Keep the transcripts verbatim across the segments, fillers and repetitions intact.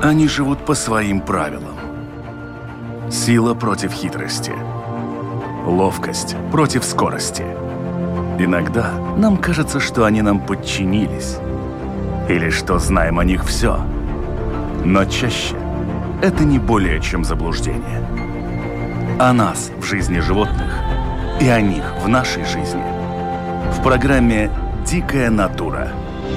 Они живут по своим правилам. Сила против хитрости. Ловкость против скорости. Иногда нам кажется, что они нам подчинились. Или что знаем о них все. Но чаще это не более чем заблуждение. О нас в жизни животных и о них в нашей жизни. В программе «Дикая натура».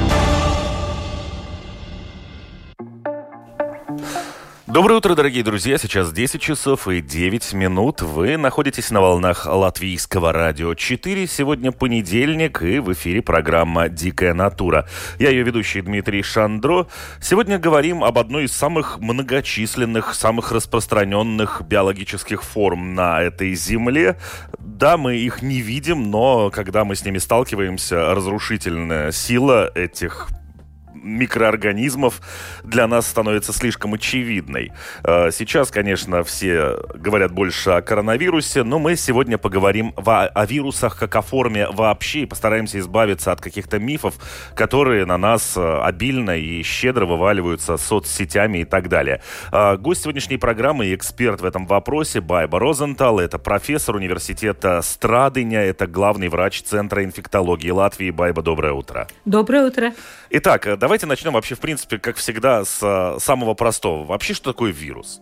Доброе утро, дорогие друзья. Сейчас десять часов и девять минут. Вы находитесь на волнах Латвийского радио четыре. Сегодня понедельник, и в эфире программа «Дикая натура». Я ее ведущий Дмитрий Шандро. Сегодня говорим об одной из самых многочисленных, самых распространенных биологических форм на этой земле. Да, мы их не видим, но когда мы с ними сталкиваемся, разрушительная сила этих микроорганизмов для нас становится слишком очевидной. Сейчас, конечно, все говорят больше о коронавирусе, но мы сегодня поговорим о вирусах как о форме вообще и постараемся избавиться от каких-то мифов, которые на нас обильно и щедро вываливаются соцсетями и так далее. Гость сегодняшней программы и эксперт в этом вопросе Байба Розентал. Это профессор университета Страдыня, это главный врач Центра инфектологии Латвии. Байба, доброе утро. Доброе утро. Итак, давайте начнем вообще, в принципе, как всегда, с самого простого. Вообще, что такое вирус?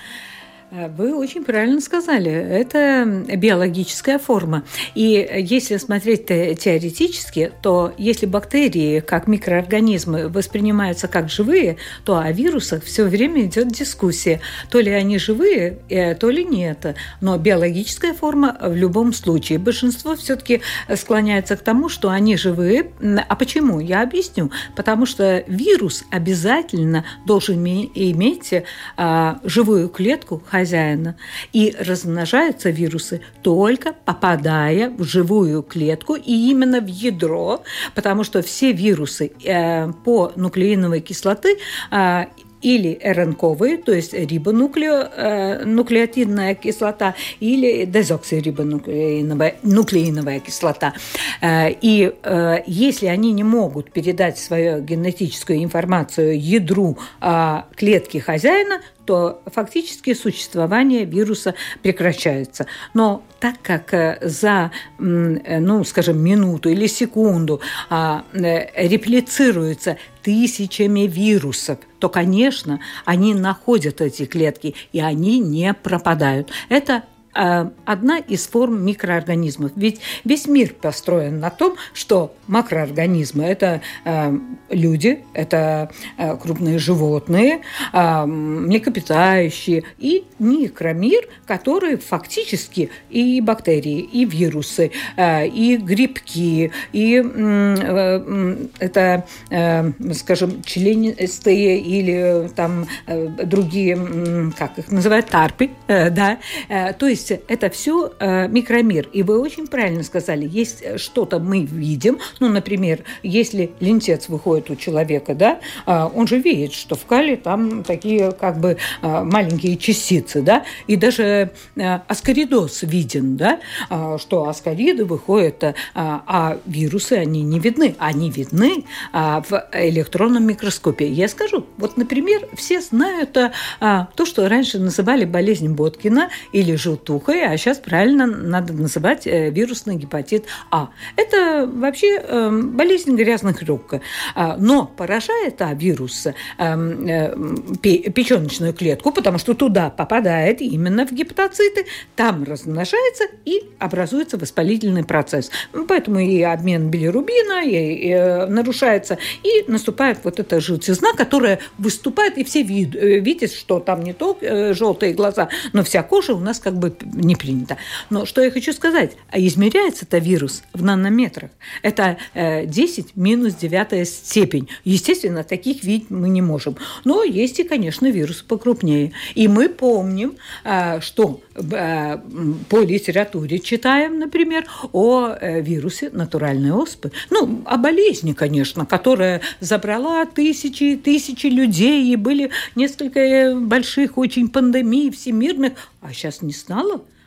Вы очень правильно сказали. Это биологическая форма. И если смотреть теоретически, то если бактерии, как микроорганизмы, воспринимаются как живые, то о вирусах все время идет дискуссия. То ли они живые, то ли нет. Но биологическая форма в любом случае. Большинство все-таки склоняется к тому, что они живые. А почему? Я объясню. Потому что вирус обязательно должен иметь живую клетку хозяина. И размножаются вирусы только попадая в живую клетку и именно в ядро, потому что все вирусы э, по нуклеиновой кислоты э, или РНКовые, то есть рибонуклеотидная кислота, или дезоксирибонуклеиновая нуклеиновая кислота. И если они не могут передать свою генетическую информацию ядру клетки хозяина, то фактически существование вируса прекращается. Но так как за, ну, скажем, минуту или секунду реплицируется тысячами вирусов, то, конечно, они находят эти клетки, и они не пропадают. Это одна из форм микроорганизмов. Ведь весь мир построен на том, что макроорганизмы – это э, люди, это э, крупные животные, э, млекопитающие, и микромир, который фактически и бактерии, и вирусы, э, и грибки, и э, это, э, скажем, членистые или там э, другие, как их называют, тарпы, э, да, э, то есть это все э, микромир. И вы очень правильно сказали, есть что-то мы видим. Ну, например, если лентец выходит у человека, да, э, он же видит, что в кале там такие как бы э, маленькие частицы, да, и даже э, аскаридоз виден, да, э, что аскариды выходят, э, а вирусы, они не видны. Они видны э, в электронном микроскопе. Я скажу, вот, например, все знают э, то, что раньше называли болезнь Боткина или желтухой, а сейчас правильно надо называть э, вирусный гепатит А. Это вообще э, болезнь грязных рук. А, но поражает а, вирус э, э, печеночную клетку, потому что туда попадает именно в гепатоциты, там размножается и образуется воспалительный процесс. Поэтому и обмен билирубина и, и, э, нарушается, и наступает вот эта желтизна, которая выступает, и все вид, э, видят, что там не только э, желтые глаза, но вся кожа у нас как бы не принято. Но что я хочу сказать, измеряется-то вирус в нанометрах. Это э, десять минус девятая степень. Естественно, таких видеть мы не можем. Но есть и, конечно, вирусы покрупнее. И мы помним, э, что э, по литературе читаем, например, о э, вирусе натуральной оспы. Ну, о болезни, конечно, которая забрала тысячи и тысячи людей, и были несколько больших очень пандемий всемирных, а сейчас не стало.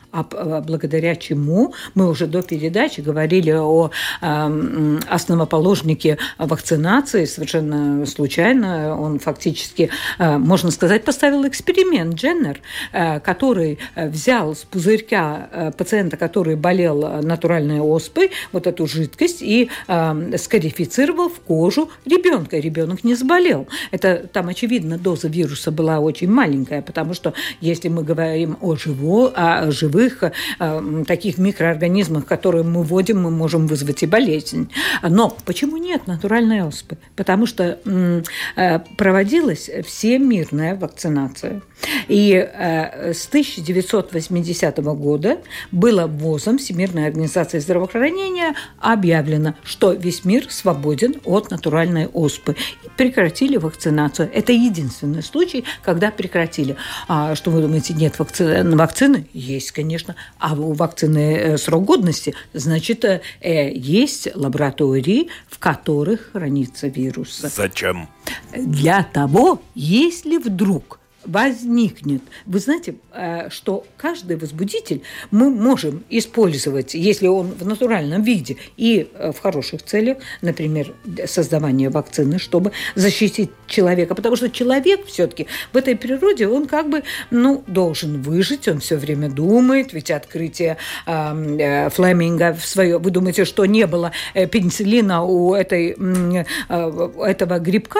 А благодаря чему мы уже до передачи говорили о э, основоположнике вакцинации. Совершенно случайно он фактически, э, можно сказать, поставил эксперимент Дженнер, э, который взял с пузырька э, пациента, который болел натуральной оспой, вот эту жидкость, и э, скарифицировал в кожу ребенка. Ребенок не заболел. Это там, очевидно, доза вируса была очень маленькая, потому что если мы говорим о, живо, о живых э, таких микроорганизмах, которые мы вводим, мы можем вызвать и болезнь. Но почему нет натуральной оспы? Потому что э, проводилась всемирная вакцинация. И э, с тысяча девятьсот восьмидесятого года было ВОЗом, Всемирной организацией здравоохранения, объявлено, что весь мир свободен от натуральной оспы. И прекратили вакцинацию. Это единственный случай, когда прекратили. А что вы думаете, нет вакцины? Вакцины? Есть, конечно. А у вакцины срок годности, значит, есть лаборатории, в которых хранится вирус. Зачем? Для того, если вдруг возникнет. Вы знаете, что каждый возбудитель мы можем использовать, если он в натуральном виде и в хороших целях, например, создавание вакцины, чтобы защитить человека. Потому что человек все-таки в этой природе, он как бы, ну, должен выжить, он все время думает, ведь открытие э, Флеминга в свое... Вы думаете, что не было пенициллина у этой, э, этого грибка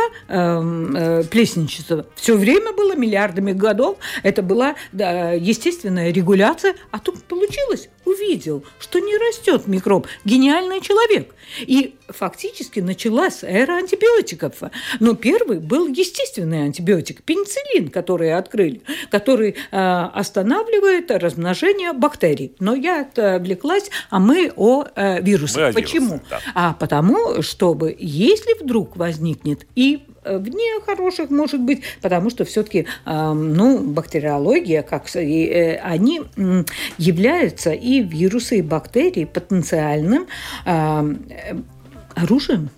э, плесничного? Все время было миллиардами годов. Это была да, естественная регуляция. А тут получилось, увидел, что не растет микроб. Гениальный человек. И фактически началась эра антибиотиков. Но первый был естественный антибиотик, пенициллин, который открыли, который э, останавливает размножение бактерий. Но я отвлеклась, а мы о э, вирусах. Мы о Почему? вирусах, да. А потому, чтобы, если вдруг возникнет и вне хороших, может быть, потому что все-таки э, ну, бактериология, как, э, они э, являются и вирусы, и бактерии потенциальным э, оружием.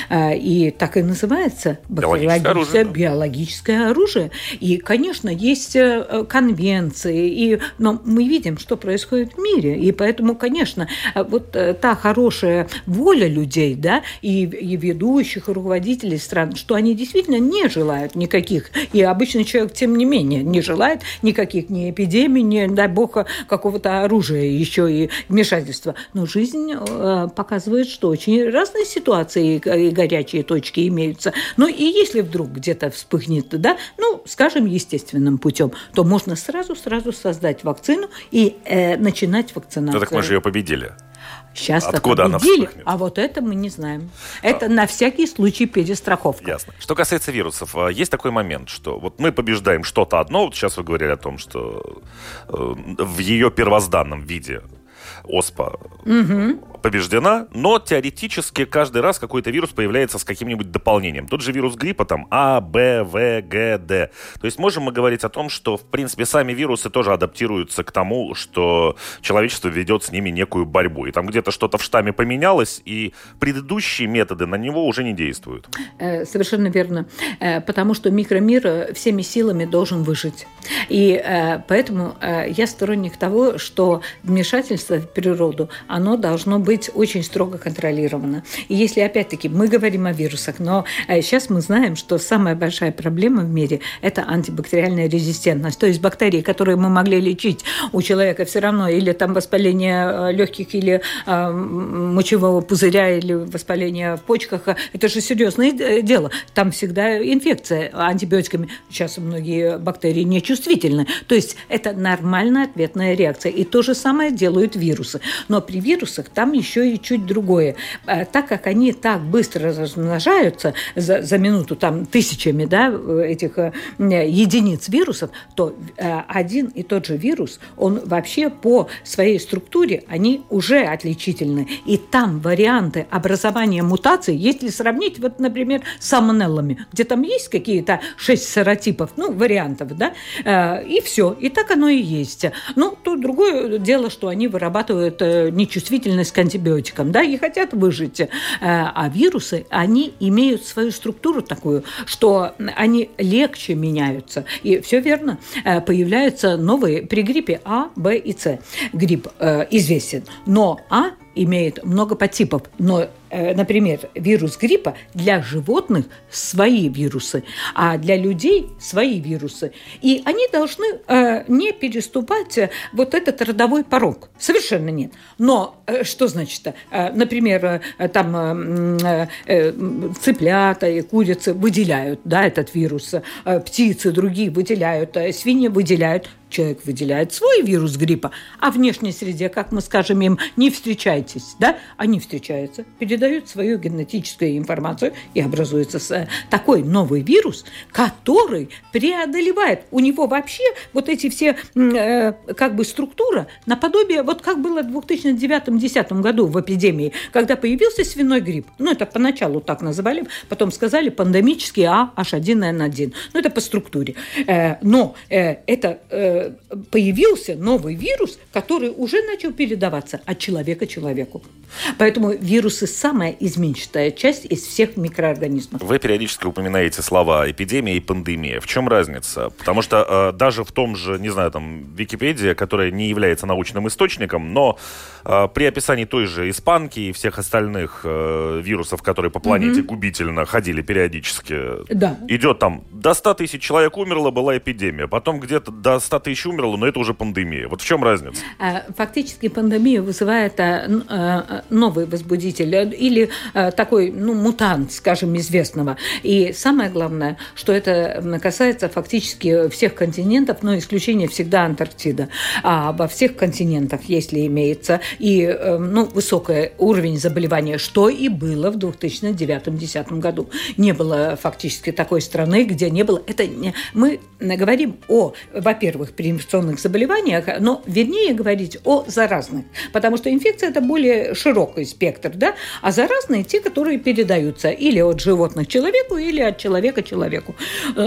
И так и называется биологическое оружие, да. биологическое оружие. И, конечно, есть конвенции, и, но мы видим, что происходит в мире. И поэтому, конечно, вот та хорошая воля людей, да, и, и ведущих, и руководителей стран, что они действительно не желают никаких, и обычный человек, тем не менее, не желает никаких ни эпидемий, ни, дай бог, какого-то оружия, еще и вмешательства. Но жизнь показывает, что очень разные ситуации и горячие точки имеются. Ну и если вдруг где-то вспыхнет, да, ну, скажем, естественным путем, то можно сразу-сразу создать вакцину и э, начинать вакцинацию. Ну так мы же ее победили. Сейчас Откуда победили, она вспыхнет? А вот это мы не знаем. Это а. на всякий случай перестраховка. Ясно. Что касается вирусов, есть такой момент, что вот мы побеждаем что-то одно, вот сейчас вы говорили о том, что э, в ее первозданном виде оспа угу. побеждена, но теоретически каждый раз какой-то вирус появляется с каким-нибудь дополнением. Тот же вирус гриппа, там А, Б, В, Г, Д. То есть можем мы говорить о том, что, в принципе, сами вирусы тоже адаптируются к тому, что человечество ведет с ними некую борьбу. И там где-то что-то в штамме поменялось, и предыдущие методы на него уже не действуют. Совершенно верно. Потому что микромир всеми силами должен выжить. И поэтому я сторонник того, что вмешательство в природу, оно должно быть очень строго контролировано. И если, опять-таки, мы говорим о вирусах, но сейчас мы знаем, что самая большая проблема в мире – это антибактериальная резистентность. То есть бактерии, которые мы могли лечить у человека все равно, или там воспаление легких, или э, мочевого пузыря, или воспаление в почках, это же серьезное дело. Там всегда инфекция антибиотиками. Сейчас многие бактерии нечувствительны. То есть это нормальная ответная реакция. И то же самое делают вирусы. Но при вирусах там еще и чуть другое. Так как они так быстро размножаются за, за минуту там тысячами, да, этих единиц вирусов, то один и тот же вирус, он вообще по своей структуре, они уже отличительны. И там варианты образования мутаций, если сравнить, вот, например, с сальмонеллами, где там есть какие-то шесть серотипов, ну, вариантов, да, и все. И так оно и есть. Ну, то другое дело, что они вырабатывают нечувствительность к антибиотикам, да, и хотят выжить. А вирусы, они имеют свою структуру такую, что они легче меняются. И все верно. Появляются новые при гриппе А, Б и С. Грипп э, известен. Но А имеет много подтипов. Но, э, например, вирус гриппа для животных свои вирусы, а для людей свои вирусы. И они должны э, не переступать вот этот родовой порог. Совершенно нет. Но э, что значит? Э, например, э, там э, э, цыплята и курицы выделяют, да, этот вирус, э, птицы другие выделяют, э, свиньи выделяют. Человек выделяет свой вирус гриппа, а в внешней среде, как мы скажем им, не встречайтесь, да, они встречаются, передают свою генетическую информацию, и образуется такой новый вирус, который преодолевает. У него вообще вот эти все э, как бы структура наподобие, вот как было в две тысячи девятом — две тысячи десятом году в эпидемии, когда появился свиной грипп. Ну, это поначалу так называли, потом сказали пандемический А Эйч один Эн один. Ну, это по структуре. Э, но э, это... Э, появился новый вирус, который уже начал передаваться от человека человеку. Поэтому вирусы – самая изменчатая часть из всех микроорганизмов. Вы периодически упоминаете слова эпидемия и пандемия. В чем разница? Потому что э, даже в том же, не знаю, там, Википедия, которая не является научным источником, но э, при описании той же испанки и всех остальных э, вирусов, которые по планете mm-hmm. губительно ходили периодически, да. идет там до ста тысяч человек умерло, была эпидемия. Потом где-то до ста тысяч умерло, но это уже пандемия. Вот в чем разница? Фактически пандемию вызывает новый возбудитель или такой, ну, мутант, скажем, известного. И самое главное, что это касается фактически всех континентов, но исключение всегда Антарктида. А во всех континентах, если имеется, и ну, высокий уровень заболевания, что и было в две тысячи девятом — две тысячи десятом году. Не было фактически такой страны, где не было. Это не... Мы говорим о, во-первых, при инфекционных заболеваниях, но вернее говорить о заразных, потому что инфекция – это более широкий спектр, да, а заразные – те, которые передаются или от животных человеку, или от человека человеку.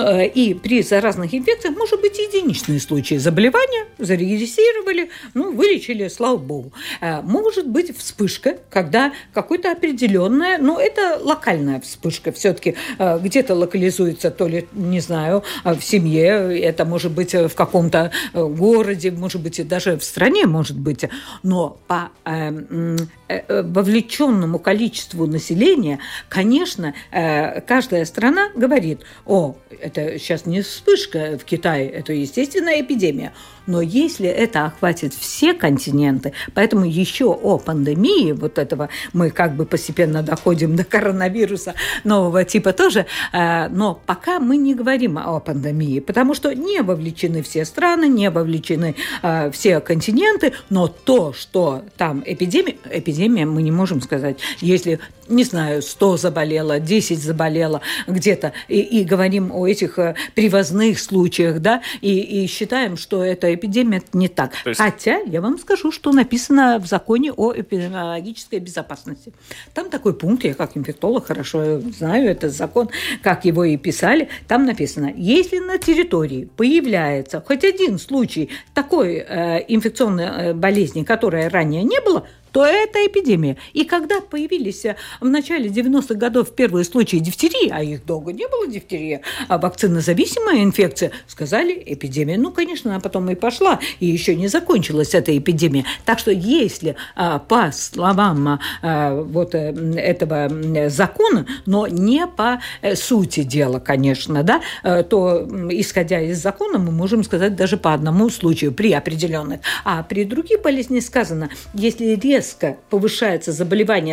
И при заразных инфекциях может быть единичные случаи заболевания, зарегистрировали, ну, вылечили, слава богу. Может быть вспышка, когда какой-то определенная, ну, это локальная вспышка, все-таки где-то локализуется, то ли, не знаю, в семье, это может быть в каком-то городе, может быть, и даже в стране, может быть, но по э, э, вовлеченному количеству населения, конечно, э, каждая страна говорит: о, это сейчас не вспышка в Китае, это естественная эпидемия. Но если это охватит все континенты, поэтому еще о пандемии вот этого мы как бы постепенно доходим до коронавируса нового типа тоже, э, но пока мы не говорим о пандемии, потому что не вовлечены все страны, не вовлечены э, все континенты, но то, что там эпидемия, эпидемия мы не можем сказать, если, не знаю, сто заболело, десять заболело где-то, и, и говорим о этих э, привозных случаях, да, и, и считаем, что это эпидемия, это не так. Есть... Хотя я вам скажу, что написано в законе о эпидемиологической безопасности. Там такой пункт, я как инфектолог хорошо знаю этот закон, как его и писали, там написано: если на территории появляется хоть один случай такой э, инфекционной болезни, которой ранее не было, то это эпидемия. И когда появились в начале девяностых годов первые случаи дифтерии, а их долго не было, дифтерия, а вакцинозависимая инфекция, сказали эпидемия. Ну, конечно, она потом и пошла, и еще не закончилась эта эпидемия. Так что если по словам вот этого закона, но не по сути дела, конечно, да, то, исходя из закона, мы можем сказать даже по одному случаю при определенных. А при других болезнях сказано, если резко повышается заболевание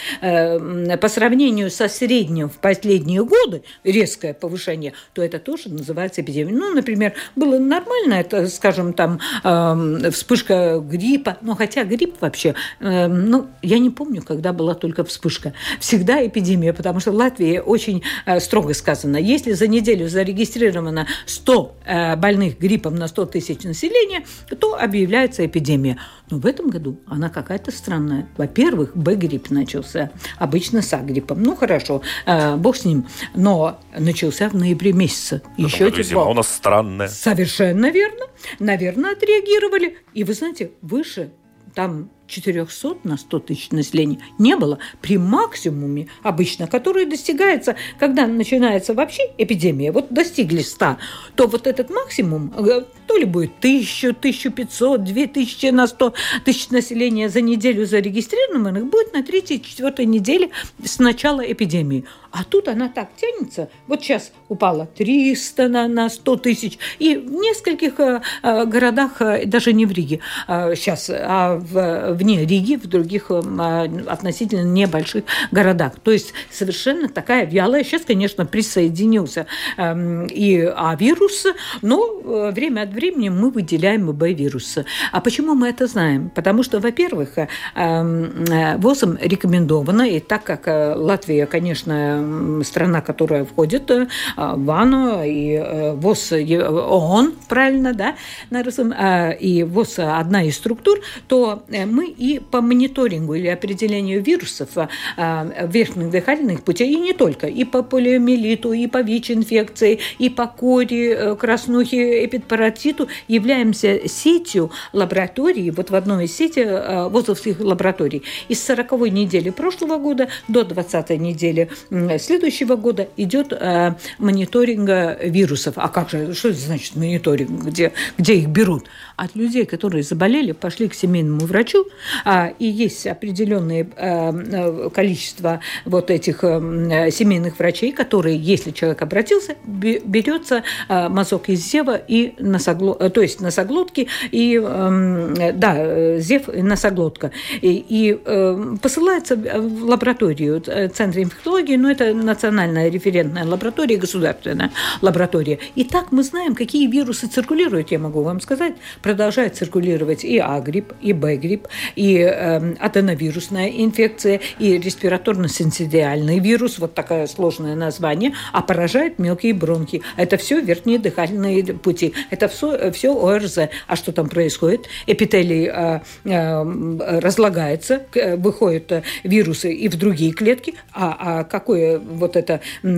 по сравнению со средним в последние годы, резкое повышение, то это тоже называется эпидемией. Ну, например, было нормально, это, скажем, там вспышка гриппа, но хотя грипп вообще, ну, я не помню, когда была только вспышка. Всегда эпидемия, потому что в Латвии очень строго сказано, если за неделю зарегистрировано сто больных гриппом на сто тысяч населения, то объявляется эпидемия. Но в этом году она какая-то странная. Во-первых, Б-грипп начался. Обычно с А-гриппом. Ну, хорошо, э, бог с ним. Но начался в ноябре месяце. Еще тепло. Зима у нас странная. Совершенно верно. Наверное, отреагировали. И вы знаете, выше там четыреста на сто тысяч населения не было. При максимуме обычно, который достигается, когда начинается вообще эпидемия, вот достигли ста, то вот этот максимум то ли будет тысяча, тысяча пятьсот, две тысячи на сто тысяч населения за неделю зарегистрированных, будет на третьей-четвертой неделе с начала эпидемии. А тут она так тянется. Вот сейчас упало триста на, на сто тысяч. И в нескольких э, городах, э, даже не в Риге э, сейчас, а в, вне Риги, в других э, относительно небольших городах. То есть совершенно такая вялая. Сейчас, конечно, присоединился э, и А-вирус, но э, время от времени мы выделяем и Б-вирусы. А почему мы это знаем? Потому что, во-первых, э, э, ВОЗом рекомендовано, и так как э, Латвия, конечно, страна, которая входит в ВАНО и ВОЗ ООН, правильно, да, и ВОЗ одна из структур, то мы и по мониторингу или определению вирусов верхних дыхательных путей, и не только, и по полиомиелиту, и по ВИЧ-инфекции, и по кори, краснухе, эпидпаратиту являемся сетью лабораторий, вот в одной из сети ВОЗовских лабораторий. Из сороковой недели прошлого года до двадцатой недели следующего года идет э, мониторинг вирусов. А как же, что это значит мониторинг? Где, где их берут? От людей, которые заболели, пошли к семейному врачу, а, и есть определенное э, количество вот этих э, семейных врачей, которые, если человек обратился, берется э, мазок из зева и носоглотки, то есть носоглотки и э, да, зев и носоглотка. И, и э, посылается в лабораторию Центра инфектологии, но это национальная референтная лаборатория, государственная лаборатория. И так мы знаем, какие вирусы циркулируют, я могу вам сказать. Продолжает циркулировать и А-грипп, и Б-грипп, и э, аденовирусная инфекция, и респираторно-синцидиальный вирус, вот такое сложное название, а поражает мелкие бронхи. Это все верхние дыхательные пути. Это все, все О Р З. А что там происходит? Эпителий э, э, разлагается, выходят вирусы и в другие клетки, а, а какое вот это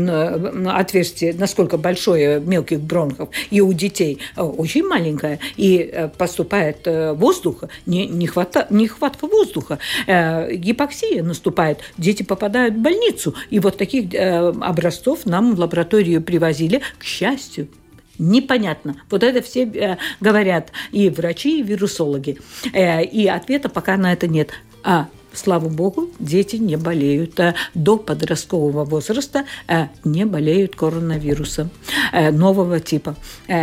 отверстие, насколько большое мелких бронхов и у детей очень маленькое, и поступает воздух, не, не хвата, нехватка воздуха, гипоксия наступает, дети попадают в больницу. И вот таких образцов нам в лабораторию привозили, к счастью. Непонятно. Вот это все э, говорят и врачи, и вирусологи. Э, и ответа пока на это нет. А слава богу, дети не болеют. До подросткового возраста не болеют коронавирусом нового типа.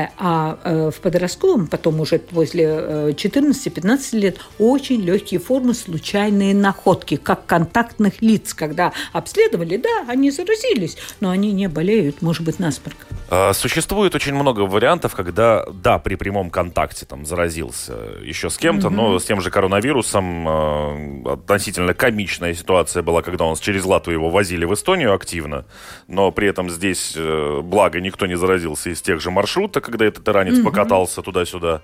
А в подростковом, потом уже после четырнадцати-пятнадцати лет, очень легкие формы, случайные находки, как контактных лиц. Когда обследовали, да, они заразились, но они не болеют, может быть, насморк. Существует очень много вариантов, когда, да, при прямом контакте там заразился еще с кем-то, mm-hmm. но с тем же коронавирусом относительно комичная ситуация была, когда у нас через Латвию его возили в Эстонию активно, но при этом здесь, благо, никто не заразился из тех же маршрутов, когда этот иранец mm-hmm. покатался туда-сюда.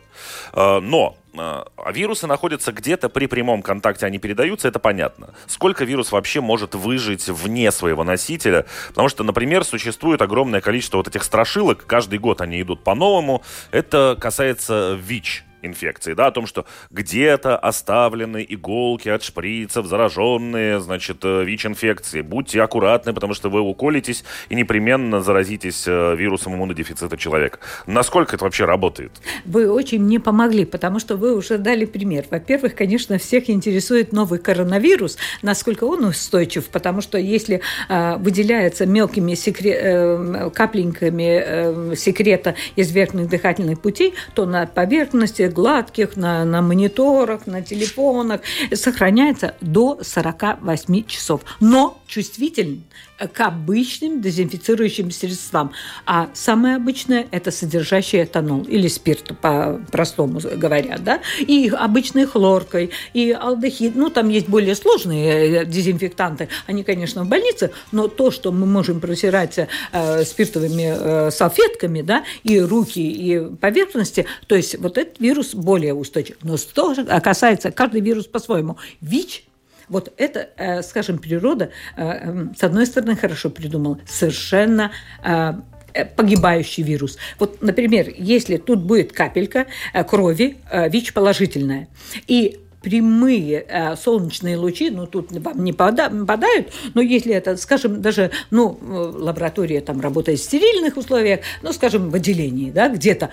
Но а вирусы находятся где-то при прямом контакте, они передаются, это понятно. Сколько вирус вообще может выжить вне своего носителя? Потому что, например, существует огромное количество вот этих страшилок, каждый год они идут по-новому. Это касается ВИЧ. Инфекции, да, о том, что где-то оставлены иголки от шприцев, зараженные, значит, ВИЧ-инфекции. Будьте аккуратны, потому что вы уколитесь и непременно заразитесь вирусом иммунодефицита человека. Насколько это вообще работает? Вы очень мне помогли, потому что вы уже дали пример. Во-первых, конечно, всех интересует новый коронавирус, насколько он устойчив, потому что если э, выделяется мелкими секре... э, капленьками э, секрета из верхних дыхательных путей, то на поверхности гладких, на, на мониторах, на телефонах сохраняется до сорока восьми часов. Но чувствителен к обычным дезинфицирующим средствам. А самое обычное – это содержащий этанол или спирт, по-простому говоря, да? И обычной хлоркой, и алдехид. Ну, там есть более сложные дезинфектанты. Они, конечно, в больнице, но то, что мы можем протирать э, спиртовыми э, салфетками, да, и руки, и поверхности, то есть вот этот вирус более устойчив. Но тоже касается каждый вирус по-своему. ВИЧ – вот это, скажем, природа, с одной стороны, хорошо придумала, совершенно погибающий вирус. Вот, например, если тут будет капелька крови ВИЧ положительная, и прямые э, солнечные лучи, ну, тут вам не попадают, но если это, скажем, даже, ну, лаборатория там работает в стерильных условиях, ну, скажем, в отделении, да, где-то,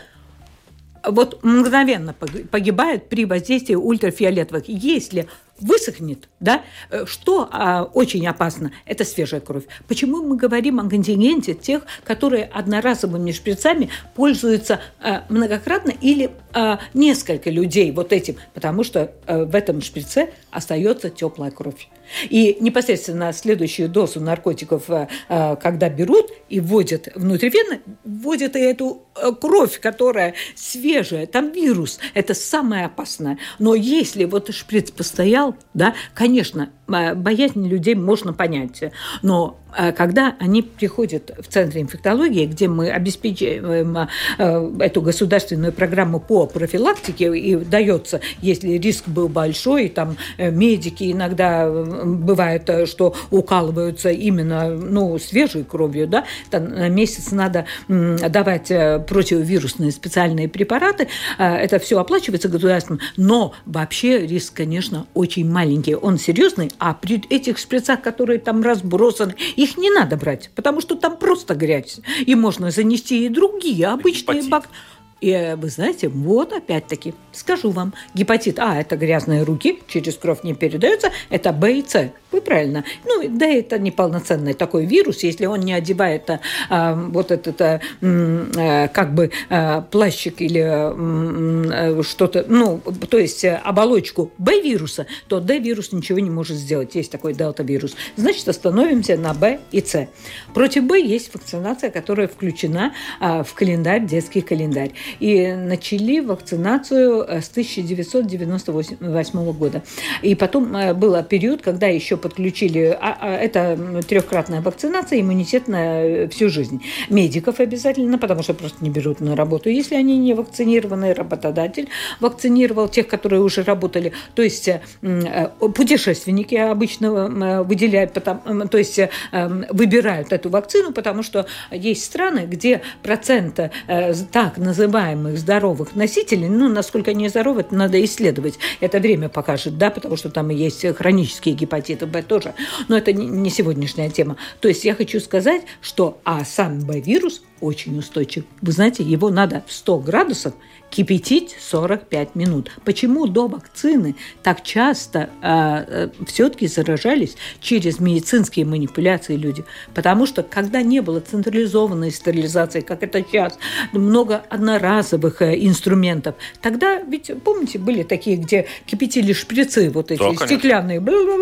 вот мгновенно погибает при воздействии ультрафиолетовых. Если высохнет, да, что а, очень опасно, это свежая кровь. Почему мы говорим о контингенте тех, которые одноразовыми шприцами пользуются а, многократно или а, несколько людей вот этим, потому что а, в этом шприце остается теплая кровь. И непосредственно следующую дозу наркотиков, а, когда берут и вводят внутривенно, вводят и эту а, кровь, которая свежая, там вирус, это самое опасное. Но если вот шприц постоял, да, конечно, боязнь людей можно понять, но когда они приходят в Центр инфектологии, где мы обеспечиваем эту государственную программу по профилактике, и дается, если риск был большой, там медики иногда бывает, что укалываются именно, ну, свежей кровью, да, там на месяц надо давать противовирусные специальные препараты, это все оплачивается государством, но вообще риск, конечно, очень маленький, он серьезный, а при этих шприцах, которые там разбросаны, их не надо брать, потому что там просто грязь. И можно занести и другие обычные бактерии. И вы знаете, вот опять-таки, скажу вам, гепатит А – это грязные руки, через кровь не передается, это Б и С. Вы правильно. Ну, да, это неполноценный такой вирус, если он не одевает а, вот этот а, а, как бы а, плащик или а, что-то, ну, то есть оболочку Б-вируса, то Д-вирус ничего не может сделать. Есть такой дельта-вирус. Значит, остановимся на Б и С. Против Б есть вакцинация, которая включена а, в календарь, детский календарь. И начали вакцинацию с тысяча девятьсот девяносто восьмого года. И потом был период, когда еще подключили, это трехкратная вакцинация, иммунитет на всю жизнь. Медиков обязательно, потому что просто не берут на работу, если они не вакцинированы. Работодатель вакцинировал тех, которые уже работали. То есть путешественники обычно выделяют, то есть выбирают эту вакцину, потому что есть страны, где процент так называемых здоровых носителей, ну, насколько они здоровы, это надо исследовать. Это время покажет, да, потому что там и есть хронические гепатиты Б тоже. Но это не сегодняшняя тема. То есть я хочу сказать, что а сам Б-вирус очень устойчив. Вы знаете, его надо в сто градусов кипятить сорок пять минут. Почему до вакцины так часто э, все-таки заражались через медицинские манипуляции люди? Потому что когда не было централизованной стерилизации, как это сейчас, много одноразовых э, инструментов, тогда ведь, помните, были такие, где кипятили шприцы, вот эти да, стеклянные,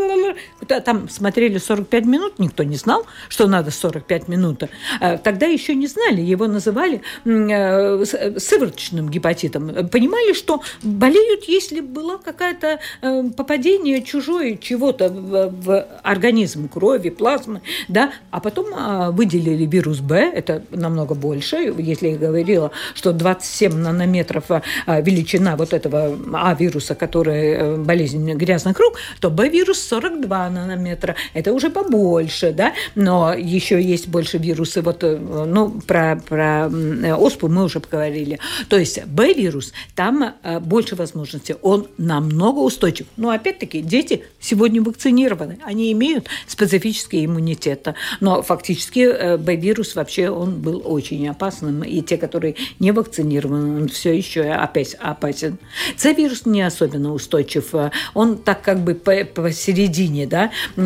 там смотрели сорок пять минут, никто не знал, что надо сорок пять минут. Тогда еще не знали, его называли э, сывороточным гепатитом. Понимали, что болеют, если было какое-то э, попадение чужое чего-то в, в организм, крови, плазмы, да, а потом э, выделили вирус Б, это намного больше, если я говорила, что двадцать семь нанометров э, величина вот этого А-вируса, который э, болезнь грязных рук, то Б-вирус сорок два нанометра, это уже побольше, да, но еще есть больше вирусы, вот, э, ну, про, про э, оспу мы уже поговорили, то есть Б-вирус, там э, больше возможностей, он намного устойчив. Но опять-таки дети сегодня вакцинированы, они имеют специфический иммунитет, но фактически э, Б-вирус вообще он был очень опасным, и те, которые не вакцинированы, он все еще опять опасен. С-вирус не особенно устойчив, он так как бы посередине, да,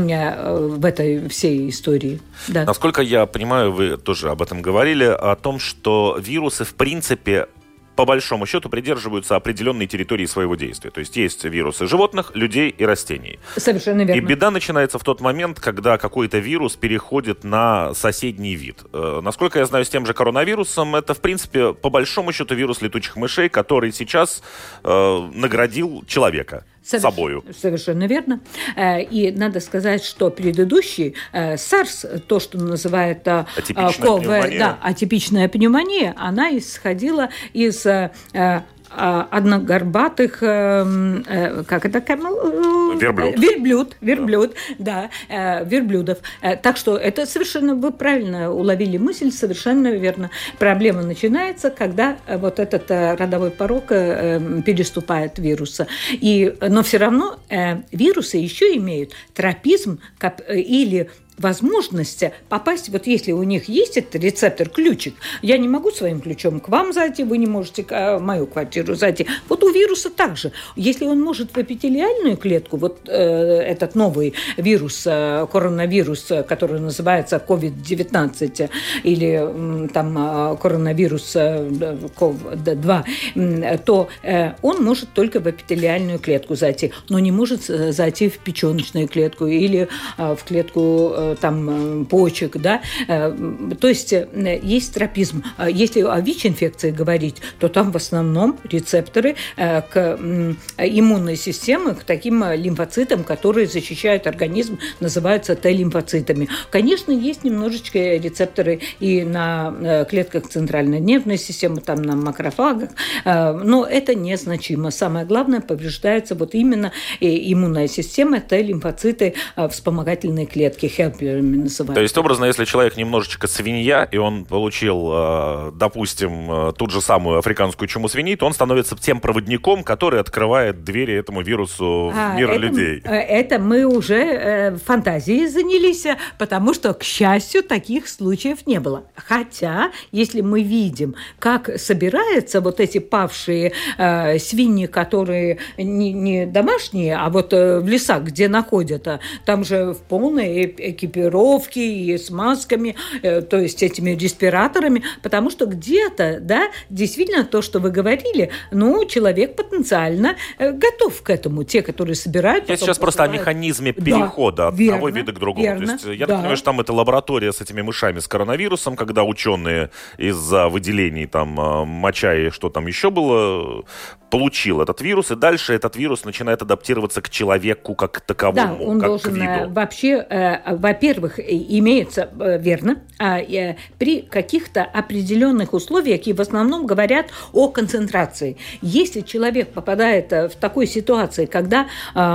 в этой всей истории. Да. Насколько я понимаю, вы тоже об этом говорили, о том, что вирусы в принципе по большому счету придерживаются определенной территории своего действия. То есть есть вирусы животных, людей и растений. Совершенно верно. И беда начинается в тот момент, когда какой-то вирус переходит на соседний вид. Э, насколько я знаю, с тем же коронавирусом, это, в принципе, по большому счету вирус летучих мышей, который сейчас э, наградил человека. Соверш... собою. Совершенно верно. И надо сказать, что предыдущий SARS, то, что называют атипичная, ков... да, атипичная пневмония, она исходила из одногорбатых, как это? Верблюд. Верблюд, верблюд, да, верблюдов. Так что это совершенно, вы правильно уловили мысль, совершенно верно. Проблема начинается, когда вот этот родовой порог переступает вируса. И, но все равно вирусы еще имеют тропизм или возможность попасть, вот если у них есть этот рецептор, ключик, я не могу своим ключом к вам зайти, вы не можете в мою квартиру зайти. Вот у вируса также. Если он может в эпителиальную клетку, вот э, этот новый вирус, э, коронавирус, который называется ковид девятнадцать, или э, там коронавирус э, ков два, э, то э, он может только в эпителиальную клетку зайти, но не может зайти в печеночную клетку или э, в клетку э, там почек, да, то есть есть тропизм. Если о ВИЧ-инфекции говорить, то там в основном рецепторы к иммунной системе, к таким лимфоцитам, которые защищают организм, называются Т-лимфоцитами. Конечно, есть немножечко рецепторы и на клетках центральной нервной системы, там на макрофагах, но это незначимо. Самое главное, повреждается вот именно иммунная система, Т-лимфоциты, вспомогательные клетки, называют. То есть, образно, если человек немножечко свинья, и он получил, допустим, ту же самую африканскую чуму свиней, то он становится тем проводником, который открывает двери этому вирусу в мир а, людей. Это, это мы уже э, фантазией занялись, потому что, к счастью, таких случаев не было. Хотя, если мы видим, как собираются вот эти павшие э, свиньи, которые не, не домашние, а вот э, в лесах, где находят, там же в полной экипировки и с масками, э, то есть этими респираторами, потому что где-то, да, действительно то, что вы говорили, ну, человек потенциально э, готов к этому. Те, которые собирают... Я сейчас просто о механизме перехода да, от верно, одного вида к другому. Верно, то есть, я да. так понимаю, что там это лаборатория с этими мышами, с коронавирусом, когда ученые из-за выделений там моча и что там еще было, получил этот вирус, и дальше этот вирус начинает адаптироваться к человеку как к таковому, да, он как должен, к виду. Вообще, э, во-первых, имеется, э, верно, э, при каких-то определенных условиях, и в основном говорят о концентрации. Если человек попадает в такой ситуации, когда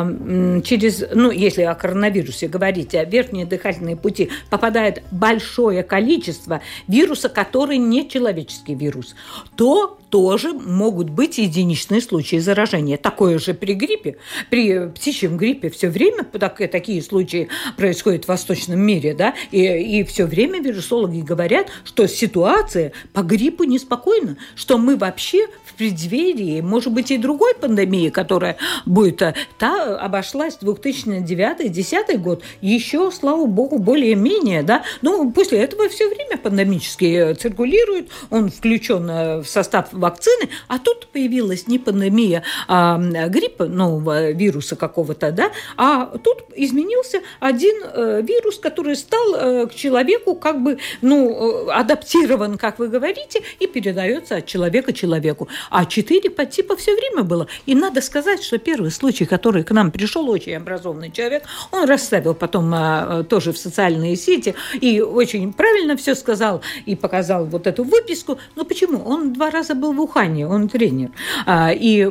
э, через, ну, если о коронавирусе говорить, о верхние дыхательные пути попадает большое количество вируса, который не человеческий вирус, то тоже могут быть единичные случаи заражения. Такое же при гриппе, при птичьем гриппе все время так, такие случаи происходят в восточном мире, да, и, и все время вирусологи говорят, что ситуация по гриппу неспокойна, что мы вообще в преддверии, может быть, и другой пандемии, которая будет, та обошлась две тысячи девятый — две тысячи десятый год, еще, слава богу, более-менее, да, но после этого все время пандемически циркулирует, он включен в состав вакцины, а тут появилась не пандемия, а гриппа, нового вируса какого-то, да, а тут изменился один э, вирус, который стал э, к человеку как бы, ну, адаптирован, как вы говорите, и передается от человека человеку. А четыре подтипа все время было. И надо сказать, что первый случай, который к нам пришел, очень образованный человек, он расставил потом э, тоже в социальные сети и очень правильно все сказал и показал вот эту выписку. Но почему? Он два раза был в Ухане, он тренер. А, и, и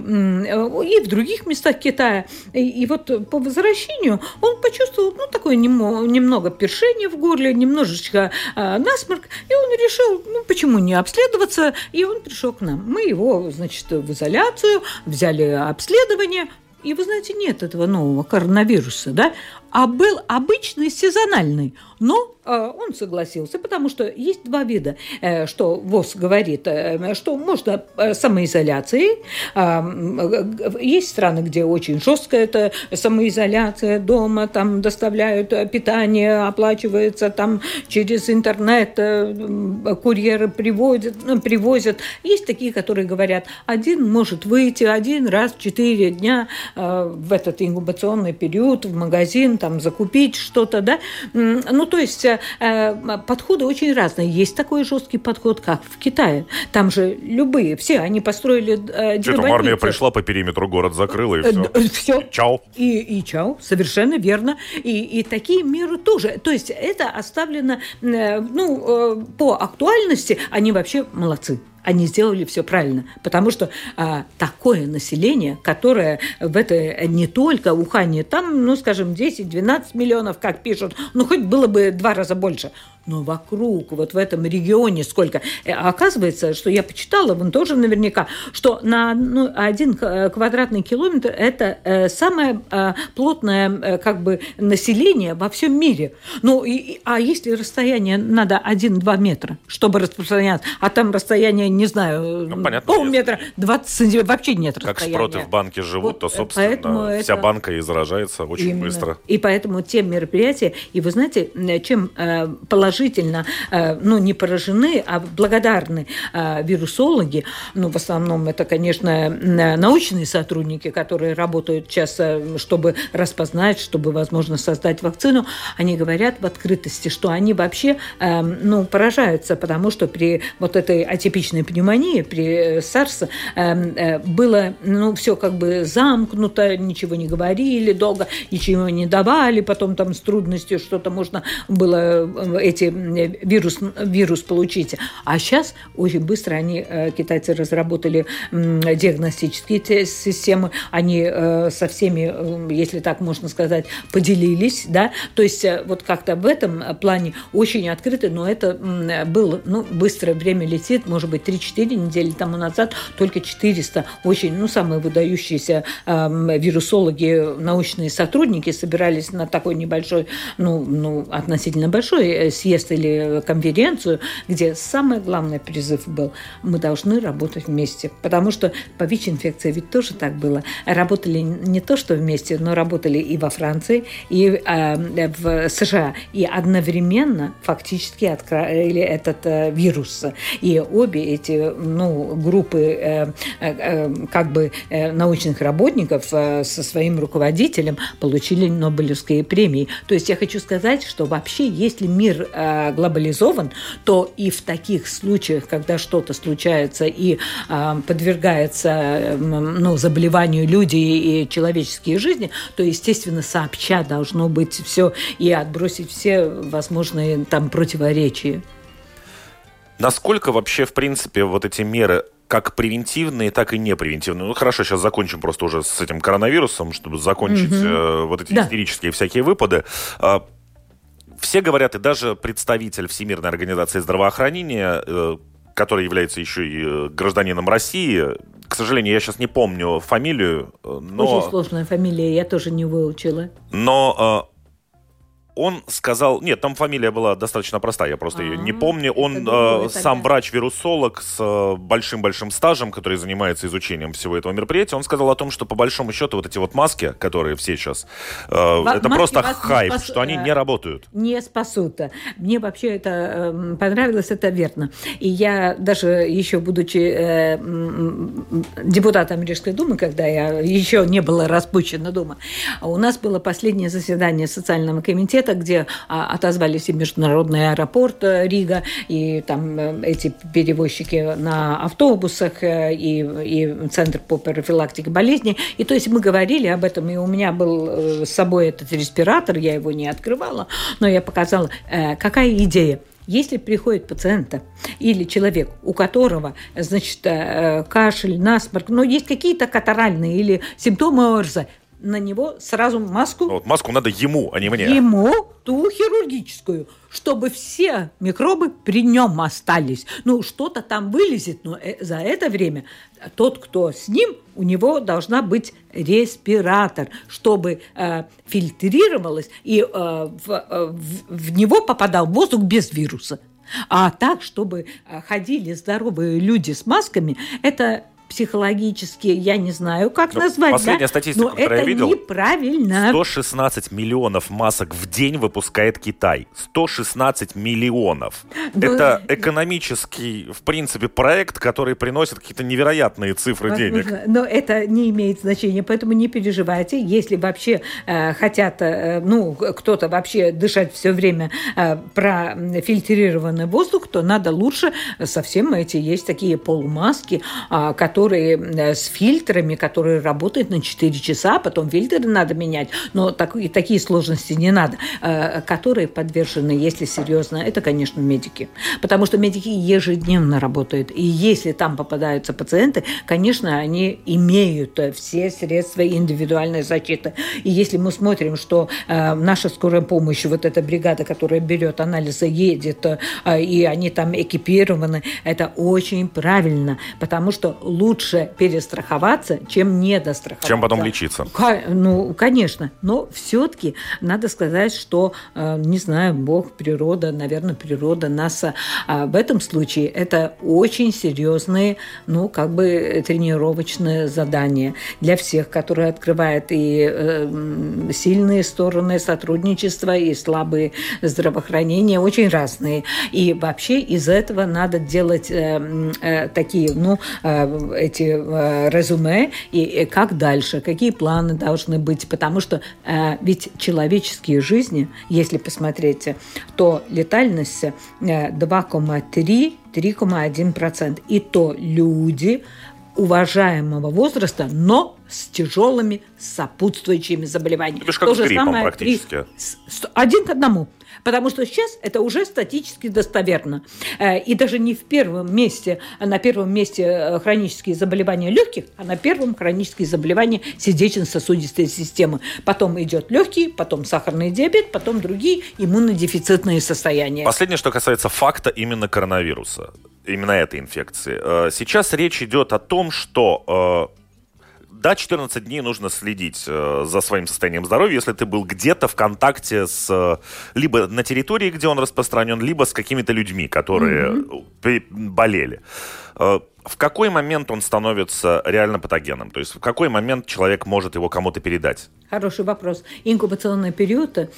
в других местах Китая. И, и вот по возвращению он почувствовал, ну, такое немо, немного першение в горле, немножечко а, насморк, и он решил, ну, почему не обследоваться, и он пришел к нам. Мы его, значит, в изоляцию, взяли обследование, и, вы знаете, нет этого нового коронавируса, да, а был обычный сезональный, но э, он согласился, потому что есть два вида, э, что ВОЗ говорит, э, что можно э, самоизоляцией, э, есть страны, где очень жесткая эта самоизоляция, дома там доставляют питание, оплачивается там через интернет, э, курьеры приводят, ну, привозят, есть такие, которые говорят, один может выйти один раз в четыре дня э, в этот инкубационный период в магазин, там, закупить что-то, да, ну, то есть э, подходы очень разные. Есть такой жесткий подход, как в Китае. Там же любые, все, они построили э, Что там армия пришла по периметру, город закрыла, и все. Э, все. И чау. И, и чау, совершенно верно. И, и такие меры тоже. То есть это оставлено, э, ну, э, по актуальности, они вообще молодцы. они сделали все правильно, потому что а, такое население, которое в это не только Ухане, там, ну, скажем, десять-двенадцать миллионов, как пишут, ну, хоть было бы два раза больше, но вокруг, вот в этом регионе сколько. А оказывается, что я почитала, вон тоже наверняка, что на ну, один квадратный километр это э, самое э, плотное э, как бы население во всем мире. Ну, и, а если расстояние надо один-два метра, чтобы распространяться, а там расстояние, не знаю, ну, полметра, двадцать сантиметров, вообще нет как расстояния. Как шпроты в банке живут, вот, то, собственно, вся это... банка и заражается очень Именно. быстро. И поэтому те мероприятия, и вы знаете, чем э, положительно положительно, ну, не поражены, а благодарны вирусологи. Ну, в основном это, конечно, научные сотрудники, которые работают сейчас, чтобы распознать, чтобы, возможно, создать вакцину. Они говорят в открытости, что они вообще, ну, поражаются, потому что при вот этой атипичной пневмонии, при SARS, было, ну, все как бы замкнуто, ничего не говорили долго, ничего не давали, потом там с трудностью что-то можно было эти вирус, вирус получить. А сейчас очень быстро они, китайцы, разработали диагностические системы, они со всеми, если так можно сказать, поделились, да, то есть вот как-то в этом плане очень открыто, но это было, ну, быстро время летит, может быть, три-четыре недели тому назад только четыреста очень, ну, самые выдающиеся э, вирусологи, научные сотрудники собирались на такой небольшой, ну, ну, относительно большой съезд или конференцию, где самый главный призыв был: мы должны работать вместе, потому что по ВИЧ-инфекции ведь тоже так было. Работали не то что вместе, но работали и во Франции, и э, в США, и одновременно фактически открыли этот э, вирус. И обе эти, ну, группы э, э, как бы э, научных работников э, со своим руководителем получили Нобелевские премии. То есть я хочу сказать, что вообще, если мир э, глобализован, то и в таких случаях, когда что-то случается и э, подвергается э, ну, заболеванию люди и человеческие жизни, то, естественно, сообща должно быть все и отбросить все возможные там противоречия. Насколько вообще, в принципе, вот эти меры как превентивные, так и непревентивные? Ну, хорошо, сейчас закончим просто уже с этим коронавирусом, чтобы закончить mm-hmm. э, вот эти да. истерические всякие выпады. Э, все говорят, и даже представитель Всемирной организации здравоохранения, э, который является еще и гражданином России, к сожалению, я сейчас не помню фамилию, но... Очень сложная фамилия, я тоже не выучила. Но... Э, Он сказал... Нет, там фамилия была достаточно простая, я просто А-а-а. ее не помню. Он э, сам врач-вирусолог с э, большим-большим стажем, который занимается изучением всего этого мероприятия. Он сказал о том, что по большому счету вот эти вот маски, которые все сейчас... Э, это маски просто хайп, спас... что они не работают. Не спасут. Мне вообще это э, понравилось, это верно. И я даже еще, будучи э, депутатом Рижской думы, когда я еще не была распущена дума, у нас было последнее заседание социального комитета, где а, отозвались и международный аэропорт Рига, и там эти перевозчики на автобусах, и, и Центр по профилактике болезней. И то есть мы говорили об этом, и у меня был с собой этот респиратор, я его не открывала, но я показала, э, какая идея. Если приходит пациент или человек, у которого, значит, э, кашель, насморк, но есть какие-то катаральные или симптомы ОРЗ, на него сразу маску. Вот маску надо ему, а не мне. Ему, ту хирургическую, чтобы все микробы при нем остались. Ну, что-то там вылезет, но за это время тот, кто с ним, у него должна быть респиратор, чтобы э, фильтрировалось и э, в, э, в, в него попадал воздух без вируса. А так, чтобы ходили здоровые люди с масками, это... психологически, я не знаю, как ну, назвать. Последняя да? статистика, но которую я видел, неправильно. сто шестнадцать миллионов масок в день выпускает Китай. сто шестнадцать миллионов. Но... Это экономический, в принципе, проект, который приносит какие-то невероятные цифры Возможно, денег. Но это не имеет значения, поэтому не переживайте. Если вообще э, хотят, э, ну, кто-то вообще дышать все время э, профильтрированный воздух, то надо лучше, совсем эти есть такие полумаски, э, которые которые с фильтрами, которые работают на четыре часа, потом фильтры надо менять, но так, и такие сложности не надо, которые подвержены, если серьезно, это, конечно, медики. Потому что медики ежедневно работают, и если там попадаются пациенты, конечно, они имеют все средства индивидуальной защиты. И если мы смотрим, что наша скорая помощь, вот эта бригада, которая берет анализы, едет, и они там экипированы, это очень правильно, потому что лучше перестраховаться, чем недостраховаться. Чем потом лечиться. Ну, конечно. Но все-таки надо сказать, что, не знаю, Бог, природа, наверное, природа нас в этом случае это очень серьезные, ну, как бы тренировочные задания для всех, которые открывают и сильные стороны сотрудничества, и слабые здравоохранения, очень разные. И вообще из этого надо делать э, э, такие, ну, э, эти э, резюме, и, и как дальше, какие планы должны быть, потому что э, ведь человеческие жизни, если посмотреть, то летальность э, два целых три - три целых один процента. И то люди уважаемого возраста, но с тяжелыми сопутствующими заболеваниями. Это же как с гриппом практически. Один к одному. Потому что сейчас это уже статистически достоверно. И даже не в первом месте, а на первом месте хронические заболевания легких, а на первом хронические заболевания сердечно-сосудистой системы. Потом идет легкий, потом сахарный диабет, потом другие иммунодефицитные состояния. Последнее, что касается факта именно коронавируса, именно этой инфекции. Сейчас речь идет о том, что да, четырнадцать дней нужно следить э, за своим состоянием здоровья, если ты был где-то в контакте с э, либо на территории, где он распространен, либо с какими-то людьми, которые mm-hmm. болели. Э, в какой момент он становится реально патогенным? То есть в какой момент человек может его кому-то передать? Хороший вопрос. Инкубационный период э,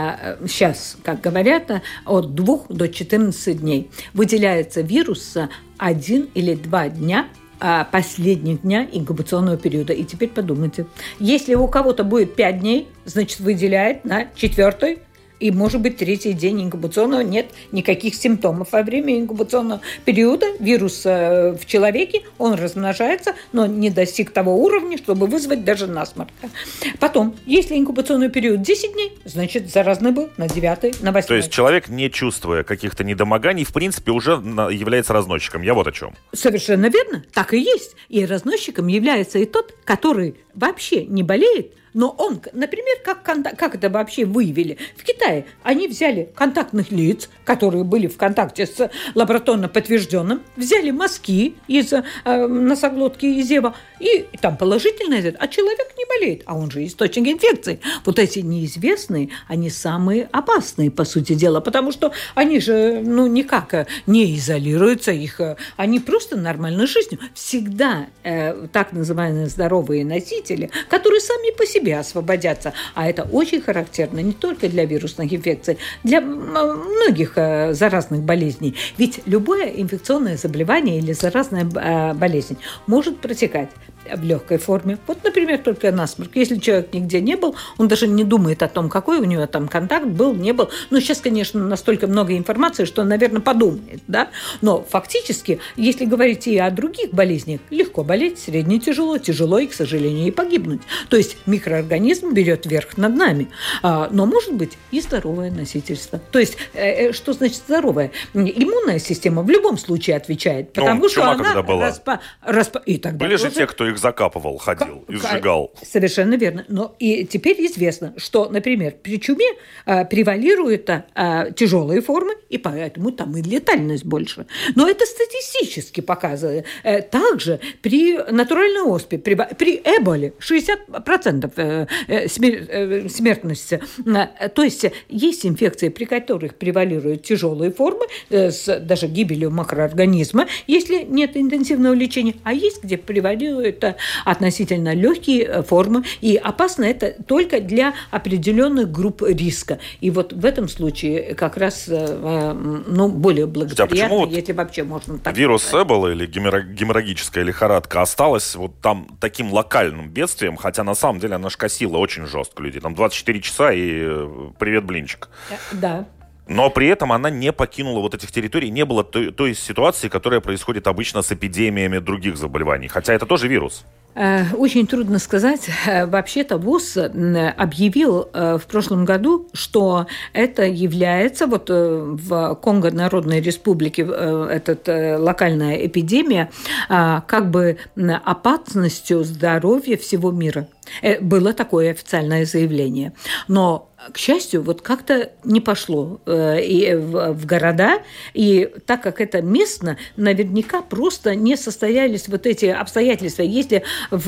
сейчас, как говорят, от двух до четырнадцати дней. Выделяется вирус один или два дня последних дня инкубационного периода. И теперь подумайте, если у кого-то будет пять дней, значит, выделяет на четвертый и, может быть, третий день инкубационного нет никаких симптомов. Во время инкубационного периода вирус в человеке, он размножается, но не достиг того уровня, чтобы вызвать даже насморк. Потом, если инкубационный период десять дней, значит, заразный был на девятый, на восьмой. То есть человек, не чувствуя каких-то недомоганий, в принципе, уже является разносчиком. Я вот о чем. Совершенно верно. Так и есть. И разносчиком является и тот, который вообще не болеет, но он, например, как, как это вообще выявили? В Китае они взяли контактных лиц, которые были в контакте с лабораторно подтвержденным, взяли мазки из э, носоглотки и зева, и там положительный, а человек не болеет, а он же источник инфекции. Вот эти неизвестные, они самые опасные, по сути дела, потому что они же, ну, никак не изолируются, их, они просто нормальной жизнью. Всегда э, так называемые здоровые носители, которые сами по себе освободятся. А это очень характерно не только для вирусных инфекций, для многих э, заразных болезней. Ведь любое инфекционное заболевание или заразная э, болезнь может протекать в легкой форме. Вот, например, только насморк. Если человек нигде не был, он даже не думает о том, какой у него там контакт был, не был. Но сейчас, конечно, настолько много информации, что, наверное, подумает, да? Но фактически, если говорить и о других болезнях, легко болеть, средне тяжело, тяжело и, к сожалению, и погибнуть. То есть микроорганизм берет верх над нами. Но может быть и здоровое носительство. То есть, что значит здоровое? Иммунная система в любом случае отвечает, потому ну, что чума, она... когда была. Распа... Распа... И тогда Были тоже... же те, кто их закапывал, ходил и сжигал. Совершенно верно. Но и теперь известно, что, например, при чуме а, превалируют а, тяжелые формы, и поэтому там и летальность больше. Но это статистически показывает. А, также при натуральной оспе, при, при эболе шестьдесят процентов э, смер, э, смертности. А, то есть есть инфекции, при которых превалируют тяжелые формы э, с даже гибелью макроорганизма, если нет интенсивного лечения, а есть, где превалируют относительно легкие формы, и опасно это только для определенных групп риска. И вот в этом случае как раз ну, более благоприятно, вот если вообще можно так вирус сказать. Эбола или геморрагическая лихорадка осталась вот там таким локальным бедствием, хотя на самом деле она ж косила очень жестко людей. Там двадцать четыре часа и привет, блинчик. Да. Но при этом она не покинула вот этих территорий, не было той, той ситуации, которая происходит обычно с эпидемиями других заболеваний. Хотя это тоже вирус. Очень трудно сказать. Вообще-то ВОЗ объявил в прошлом году, что это является вот в Конго Народной Республике эта локальная эпидемия как бы опасностью здоровья всего мира. Было такое официальное заявление. Но к счастью, вот как-то не пошло э, и в, в города, и так как это местно, наверняка просто не состоялись вот эти обстоятельства. Если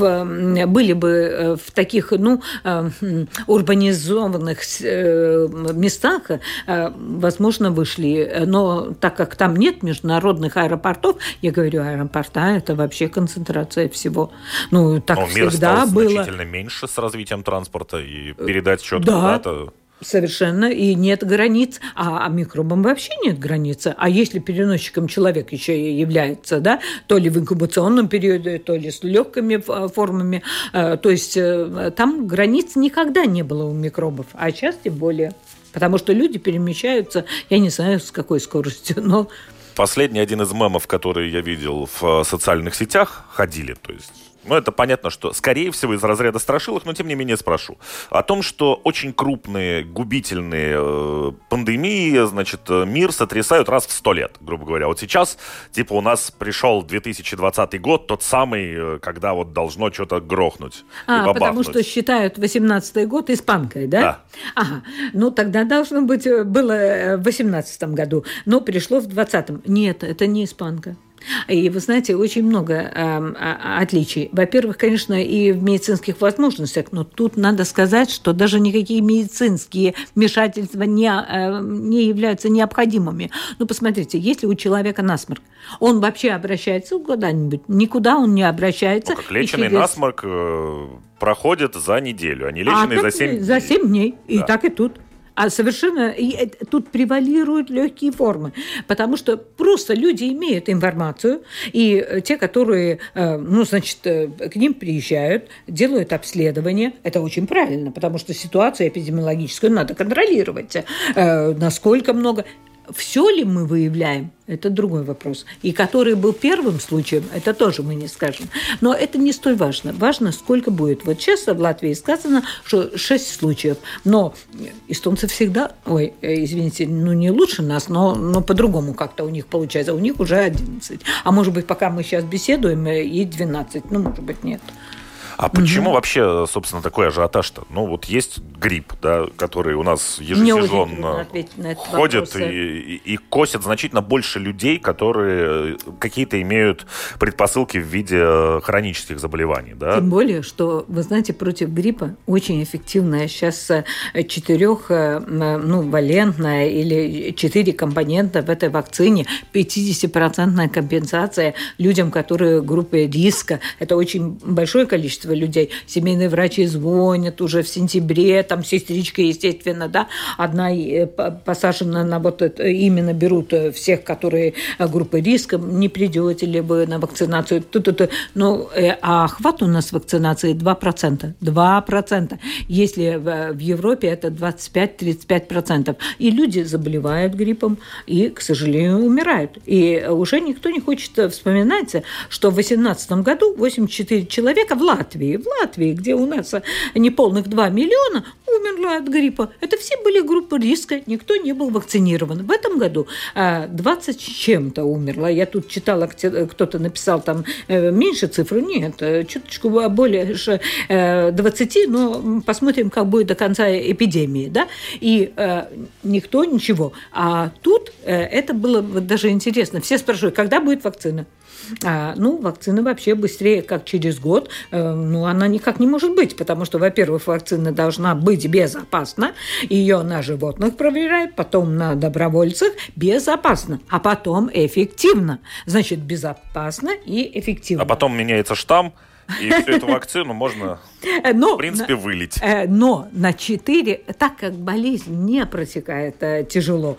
в, были бы в таких, ну, э, урбанизованных э, местах, э, возможно, вышли. Но так как там нет международных аэропортов, я говорю, аэропорта – это вообще концентрация всего. Ну, так Но мир всегда стал было. Значительно меньше с развитием транспорта, и передать счет да. куда-то. Совершенно, и нет границ, а, а микробам вообще нет границ. А если переносчиком человек еще и является, да, то ли в инкубационном периоде, то ли с легкими формами, э, то есть э, там границ никогда не было у микробов, а сейчас тем более, потому что люди перемещаются, я не знаю, с какой скоростью, но... Последний один из мемов, который я видел в социальных сетях, ходили, то есть... Ну, это понятно, что, скорее всего, из разряда страшилок, но, тем не менее, спрошу. О том, что очень крупные, губительные э, пандемии, значит, мир сотрясают раз в сто лет, грубо говоря. Вот сейчас, типа, у нас пришел две тысячи двадцатый год, тот самый, когда вот должно что-то грохнуть а, и бабахнуть. Потому что считают восемнадцатый год испанкой, да? Да. Ага. Ну, тогда должно быть, было в восемнадцатом году, но пришло в двадцатом. Нет, это не испанка. И, вы знаете, очень много э, отличий. Во-первых, конечно, и в медицинских возможностях, но тут надо сказать, что даже никакие медицинские вмешательства не, э, не являются необходимыми. Ну, посмотрите, если у человека насморк, он вообще обращается куда-нибудь? Никуда он не обращается. Ну, как леченый через... насморк э, проходит за неделю, а не леченый а за семь дней. За семь дней. И да. так и тут. А совершенно и тут превалируют легкие формы, потому что просто люди имеют информацию, и те, которые, ну, значит, к ним приезжают, делают обследование, это очень правильно, потому что ситуацию эпидемиологическую надо контролировать, насколько много. Все ли мы выявляем, это другой вопрос. И который был первым случаем, это тоже мы не скажем. Но это не столь важно. Важно, сколько будет. Вот сейчас в Латвии сказано, что шесть случаев. Но эстонцы всегда, ой, извините, ну не лучше нас, но, но по-другому как-то у них получается. У них уже одиннадцать. А может быть, пока мы сейчас беседуем, и двенадцать. Ну, может быть, нет. А почему угу. вообще, собственно, такой ажиотаж-то? Ну, вот есть грипп, да, который у нас ежесезонно ходит и, и, и косит значительно больше людей, которые какие-то имеют предпосылки в виде хронических заболеваний, да? Тем более, что, вы знаете, против гриппа очень эффективная сейчас четырех, ну, валентная или четыре компонента в этой вакцине, пятидесятипроцентная компенсация людям, которые в группе риска. Это очень большое количество людей. Семейные врачи звонят уже в сентябре, там сестричка, естественно, да, одна посажена на вот это, именно берут всех, которые группы риска, не придете ли вы на вакцинацию, ту-ту-ту. Ну, а охват у нас вакцинации два процента. два процента. Если в Европе это двадцать пять - тридцать пять процентов. И люди заболевают гриппом и, к сожалению, умирают. И уже никто не хочет вспоминать, что в две тысячи восемнадцатом году восемьдесят четыре человека в Латвии В Латвии, где у нас неполных два миллиона, умерло от гриппа. Это все были группы риска, никто не был вакцинирован. В этом году двадцать с чем-то умерло. Я тут читала, кто-то написал там меньше цифры. Нет, чуточку более двадцати, но посмотрим, как будет до конца эпидемии. Да? И никто ничего. А тут это было даже интересно. Все спрашивают, когда будет вакцина? А, ну, вакцина вообще быстрее, как через год, э, ну, она никак не может быть, потому что, во-первых, вакцина должна быть безопасна, ее на животных проверяют, потом на добровольцах безопасно, а потом эффективно. Значит, безопасно и эффективно. А потом меняется штамм, и всю эту вакцину можно, но, в принципе, вылить. Но на четыре, так как болезнь не протекает тяжело,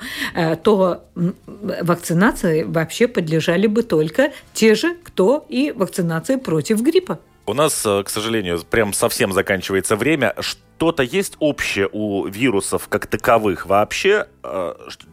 то вакцинации вообще подлежали бы только те же, кто и вакцинации против гриппа. У нас, к сожалению, прям совсем заканчивается время. Что-то есть общее у вирусов как таковых вообще?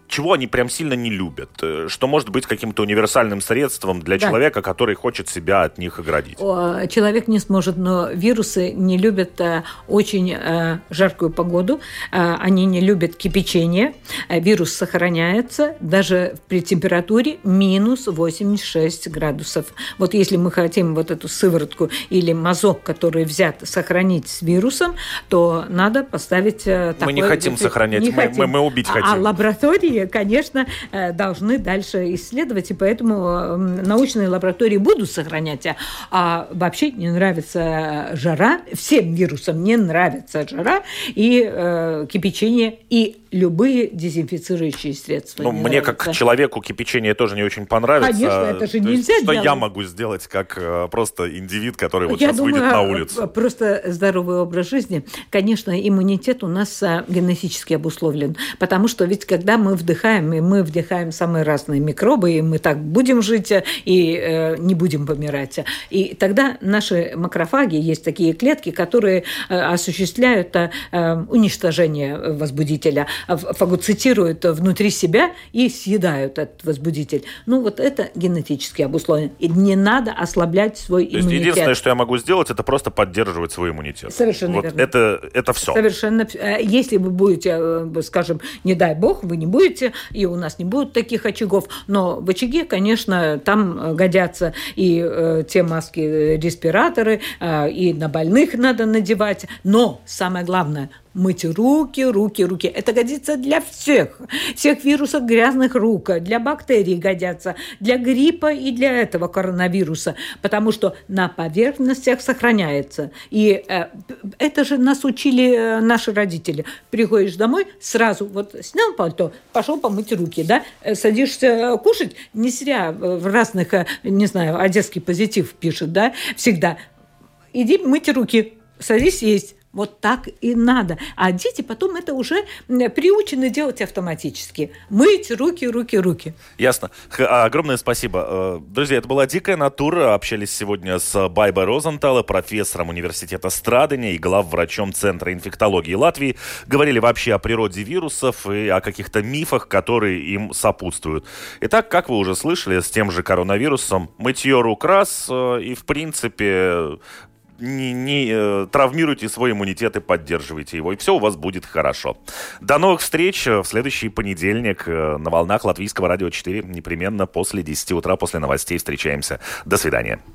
чего они прям сильно не любят, что может быть каким-то универсальным средством для да. человека, который хочет себя от них оградить. Человек не сможет, но вирусы не любят очень жаркую погоду, они не любят кипячение, вирус сохраняется даже при температуре минус восемьдесят шесть градусов. Вот если мы хотим вот эту сыворотку или мазок, который взят, сохранить с вирусом, то надо поставить такой... Мы не хотим сохранять, не мы, хотим. Мы, мы убить а, хотим. А лаборатории, конечно, должны дальше исследовать, и поэтому научные лаборатории будут сохранять. А вообще не нравится жара, всем вирусам не нравится жара и э, кипячение, и любые дезинфицирующие средства. Ну, мне нравятся. Как человеку кипячение тоже не очень понравится. Конечно, это же нельзя Что делать. я могу сделать как э, просто индивид, который вот я сейчас думаю, выйдет на улицу? Просто здоровый образ жизни. Конечно, иммунитет у нас генетически обусловлен, потому что ведь когда мы вдыхаем, и мы вдыхаем самые разные микробы, и мы так будем жить и э, не будем помирать. И тогда наши макрофаги, есть такие клетки, которые э, осуществляют э, уничтожение возбудителя, фагоцитируют внутри себя и съедают этот возбудитель. Ну, вот это генетически обусловлено. И не надо ослаблять свой То иммунитет. есть единственное, что я могу сделать, это просто поддерживать свой иммунитет. Совершенно вот верно. Это, это все. Совершенно. Если вы будете, скажем, не дай бог, вы не будете, и у нас не будет таких очагов, но в очаге, конечно, там годятся и э, те маски, респираторы, э, и на больных надо надевать. Но самое главное – мыть руки, руки, руки. Это годится для всех. Всех вирусов грязных рук, для бактерий годятся, для гриппа и для этого коронавируса, потому что на поверхностях сохраняется. И э, это же нас учили наши родители. Приходишь домой, сразу вот снял пальто, пошел помыть руки, да, садишься кушать, не зря в разных, не знаю, одесский позитив пишет, да, всегда. Иди мыть руки, садись есть. Вот так и надо. А дети потом это уже приучены делать автоматически. Мыть руки, руки, руки. Ясно. Х- огромное спасибо. Друзья, это была «Дикая натура». Общались сегодня с Байбой Розенталом, профессором университета Страдания и главврачом Центра инфектологии Латвии. Говорили вообще о природе вирусов и о каких-то мифах, которые им сопутствуют. Итак, как вы уже слышали, с тем же коронавирусом мытье рук раз и, в принципе... Не, не э, травмируйте свой иммунитет и поддерживайте его, и все у вас будет хорошо. До новых встреч в следующий понедельник э, на волнах Латвийского радио четыре. Непременно после десяти утра, после новостей встречаемся. До свидания.